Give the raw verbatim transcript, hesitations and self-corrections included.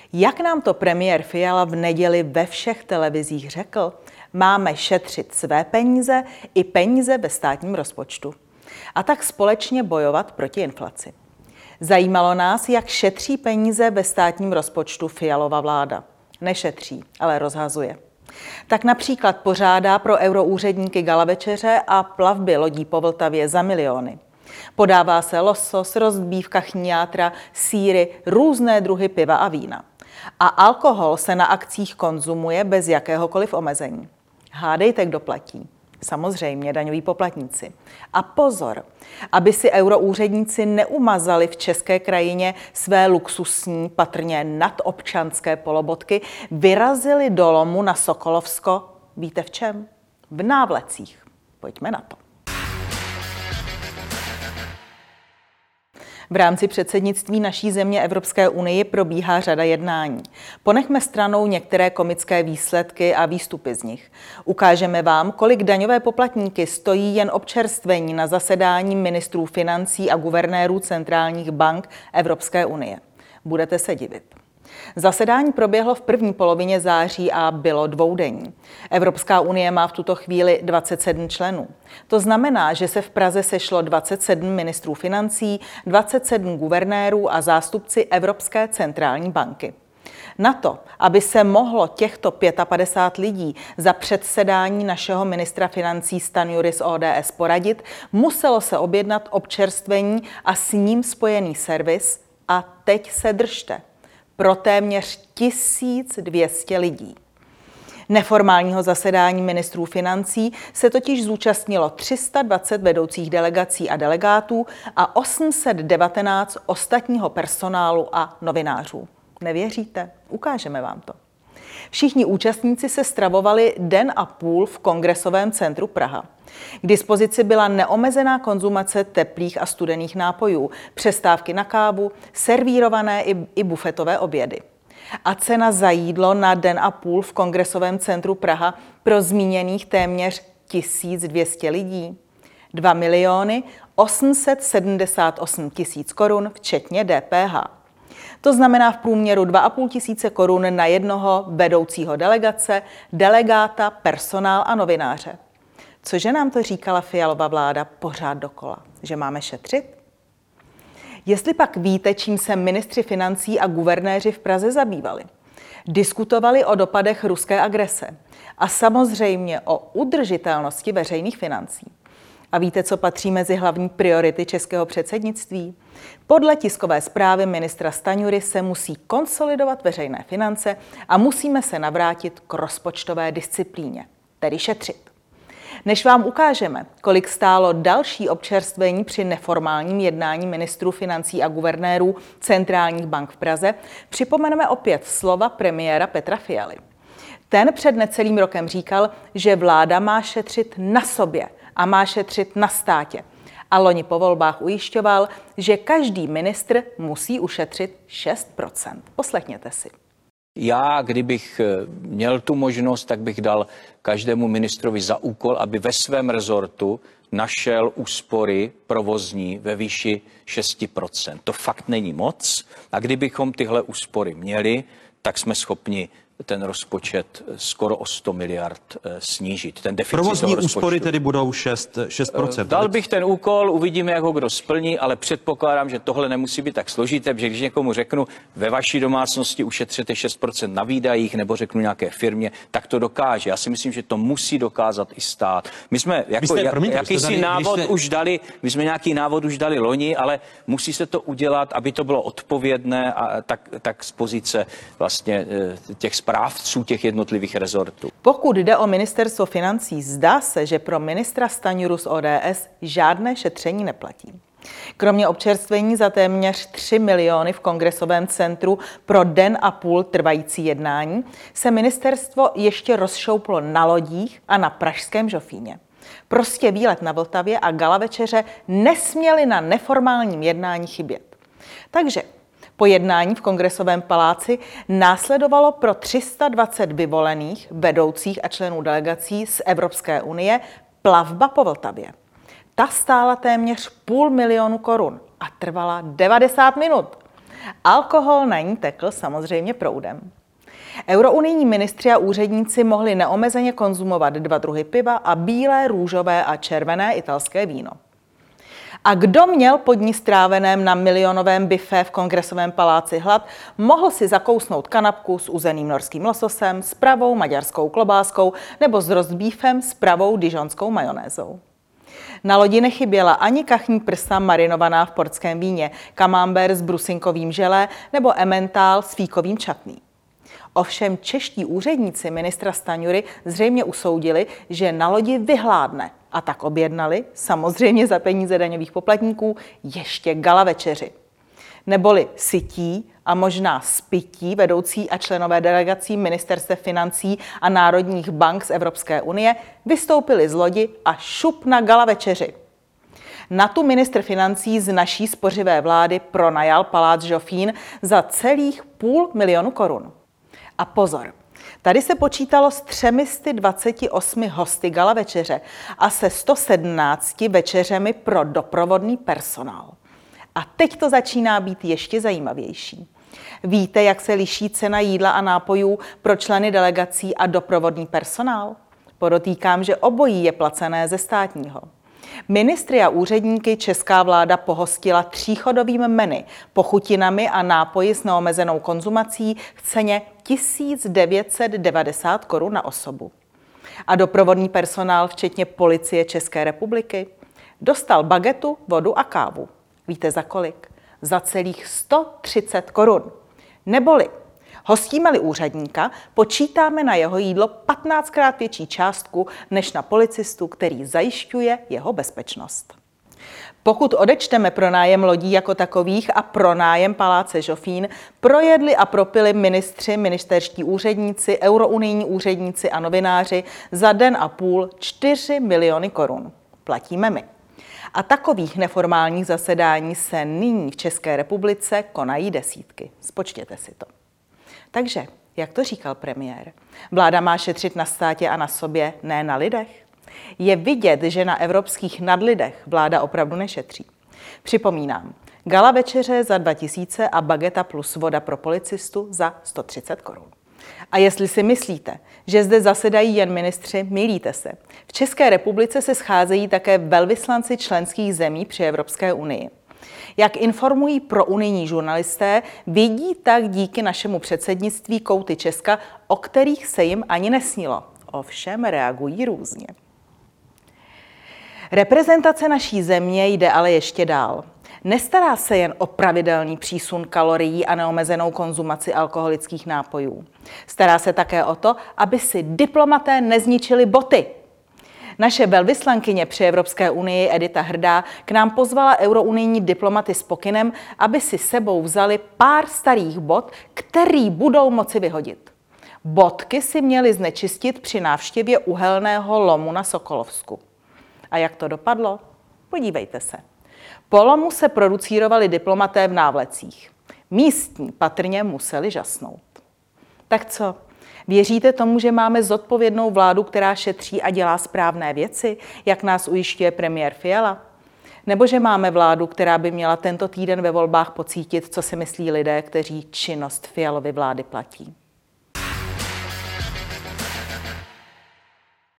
Jak nám to premiér Fiala v neděli ve všech televizích řekl, máme šetřit své peníze i peníze ve státním rozpočtu. A tak společně bojovat proti inflaci. Zajímalo nás, jak šetří peníze ve státním rozpočtu Fialova vláda. Nešetří, ale rozhazuje. Tak například pořádá pro euroúředníky gala večeře a plavby lodí po Vltavě za miliony. Podává se losos, rostbíf, kachní játra, sýry, různé druhy piva a vína. A alkohol se na akcích konzumuje bez jakéhokoliv omezení. Hádejte, kdo platí. Samozřejmě daňoví poplatníci. A pozor, aby si euroúředníci neumazali v české krajině své luxusní, patrně nadobčanské polobotky, vyrazili do lomu na Sokolovsko. Víte v čem? V návlecích. Pojďme na to. V rámci předsednictví naší země Evropské unii probíhá řada jednání. Ponechme stranou některé komické výsledky a výstupy z nich. Ukážeme vám, kolik daňové poplatníky stojí jen občerstvení na zasedání ministrů financí a guvernérů centrálních bank Evropské unie. Budete se divit. Zasedání proběhlo v první polovině září a bylo dvoudenní. Evropská unie má v tuto chvíli dvacet sedm členů. To znamená, že se v Praze sešlo dvacet sedm ministrů financí, dvacet sedm guvernérů a zástupci Evropské centrální banky. Na to, aby se mohlo těchto padesát pět lidí za předsedání našeho ministra financí Stanjury z O D S poradit, muselo se objednat občerstvení a s ním spojený servis a teď se držte. Pro téměř tisíc dvě stě lidí. Neformálního zasedání ministrů financí se totiž zúčastnilo tři sta dvacet vedoucích delegací a delegátů a osm set devatenáct ostatního personálu a novinářů. Nevěříte? Ukážeme vám to. Všichni účastníci se stravovali den a půl v Kongresovém centru Praha. K dispozici byla neomezená konzumace teplých a studených nápojů, přestávky na kávu, servírované i, i bufetové obědy. A cena za jídlo na den a půl v Kongresovém centru Praha pro zmíněných téměř tisíc dvě stě lidí. dva miliony osm set sedmdesát osm tisíc korun, včetně D P H. To znamená v průměru dva a půl tisíce korun na jednoho vedoucího delegace, delegáta, personál a novináře. Cože nám to říkala Fialova vláda pořád dokola? Že máme šetřit? Jestli pak víte, čím se ministři financí a guvernéři v Praze zabývali. Diskutovali o dopadech ruské agrese a samozřejmě o udržitelnosti veřejných financí. A víte, co patří mezi hlavní priority českého předsednictví? Podle tiskové zprávy ministra Stanjury se musí konsolidovat veřejné finance a musíme se navrátit k rozpočtové disciplíně, tedy šetřit. Než vám ukážeme, kolik stálo další občerstvení při neformálním jednání ministrů financí a guvernérů centrálních bank v Praze, připomeneme opět slova premiéra Petra Fialy. Ten před necelým rokem říkal, že vláda má šetřit na sobě a má šetřit na státě. A loni po volbách ujišťoval, že každý ministr musí ušetřit šest procent. Poslechněte si. Já, kdybych měl tu možnost, tak bych dal každému ministrovi za úkol, aby ve svém rezortu našel úspory provozní ve výši šest procent. To fakt není moc. A kdybychom tyhle úspory měli, tak jsme schopni ten rozpočet skoro o sto miliard snížit. Ten deficit provozní úspory tedy budou šest procent. Dal bych ten úkol, uvidíme, jak ho kdo splní, ale předpokládám, že tohle nemusí být tak složité, protože když někomu řeknu, ve vaší domácnosti ušetřete šest procent na výdajích, nebo řeknu nějaké firmě, tak to dokáže. Já si myslím, že to musí dokázat i stát. My jsme jako jste, jak, promiňte, jakýsi tady, návod jste... už dali, my jsme nějaký návod už dali loni, ale musí se to udělat, aby to bylo odpovědné a tak, tak z pozice vlastně těch správců těch jednotlivých rezortů. Pokud jde o ministerstvo financí, zdá se, že pro ministra Stanjuru z O D S žádné šetření neplatí. Kromě občerstvení za téměř tři miliony v Kongresovém centru pro den a půl trvající jednání se ministerstvo ještě rozšouplo na lodích a na pražském Žofíně. Prostě výlet na Vltavě a gala večeře nesměly na neformálním jednání chybět. Takže po jednání v Kongresovém paláci následovalo pro tři sta dvacet vyvolených vedoucích a členů delegací z Evropské unie plavba po Vltavě. Ta stála téměř půl milionu korun a trvala devadesát minut. Alkohol na ní tekl samozřejmě proudem. Eurounijní ministři a úředníci mohli neomezeně konzumovat dva druhy piva a bílé, růžové a červené italské víno. A kdo měl po dni stráveném na milionovém bifé v Kongresovém paláci hlad, mohl si zakousnout kanapku s uzeným norským lososem, s pravou maďarskou klobáskou nebo s rostbífem s pravou dižonskou majonézou. Na lodi nechyběla ani kachní prsa marinovaná v portském víně, kamembert s brusinkovým želé nebo emmentál s fíkovým čatný. Ovšem čeští úředníci ministra Stanjury zřejmě usoudili, že na lodi vyhládne a tak objednali, samozřejmě za peníze daňových poplatníků, ještě gala večeři. Neboli sytí a možná spití vedoucí a členové delegací ministerstev financí a národních bank z Evropské unie vystoupili z lodi a šup na gala večeři. Na tu ministr financí z naší spořivé vlády pronajal palác Žofín za celých půl milionu korun. A pozor, tady se počítalo s třemi sty dvaceti osmi hosty gala večeře a se sto sedmnácti večeřemi pro doprovodný personál. A teď to začíná být ještě zajímavější. Víte, jak se liší cena jídla a nápojů pro členy delegací a doprovodný personál? Podotýkám, že obojí je placené ze státního. Ministry a úředníky česká vláda pohostila tříchodovým menu, pochutinami a nápoji s neomezenou konzumací v ceně tisíc devět set devadesát korun na osobu. A doprovodný personál, včetně policie České republiky, dostal bagetu, vodu a kávu. Víte za kolik? Za celých sto třicet korun. Neboli hostíme-li úředníka, počítáme na jeho jídlo patnáctkrát větší částku než na policistu, který zajišťuje jeho bezpečnost. Pokud odečteme pronájem lodí jako takových a pronájem paláce Žofín, projedli a propili ministři, ministerští úředníci, eurounijní úředníci a novináři za den a půl čtyři miliony korun. Platíme my. A takových neformálních zasedání se nyní v České republice konají desítky. Spočtěte si to. Takže, jak to říkal premiér, vláda má šetřit na státě a na sobě, ne na lidech? Je vidět, že na evropských nadlidech vláda opravdu nešetří. Připomínám, gala večeře za dva tisíce a bageta plus voda pro policistu za sto třicet korun. A jestli si myslíte, že zde zasedají jen ministři, mýlíte se. V České republice se scházejí také velvyslanci členských zemí při Evropské unii. Jak informují prounijní žurnalisté, vidí tak díky našemu předsednictví kouty Česka, o kterých se jim ani nesnilo. Ovšem reagují různě. Reprezentace naší země jde ale ještě dál. Nestará se jen o pravidelný přísun kalorií a neomezenou konzumaci alkoholických nápojů. Stará se také o to, aby si diplomaté nezničili boty. Naše velvyslankyně při Evropské unii Edita Hrdá k nám pozvala eurounijní diplomaty s pokynem, aby si sebou vzali pár starých bot, který budou moci vyhodit. Botky si měli znečistit při návštěvě uhelného lomu na Sokolovsku. A jak to dopadlo? Podívejte se. Po lomu se producírovali diplomaté v návlecích. Místní patrně museli žasnout. Tak co? Věříte tomu, že máme zodpovědnou vládu, která šetří a dělá správné věci, jak nás ujišťuje premiér Fiala? Nebo že máme vládu, která by měla tento týden ve volbách pocítit, co si myslí lidé, kteří činnost Fialovy vlády platí?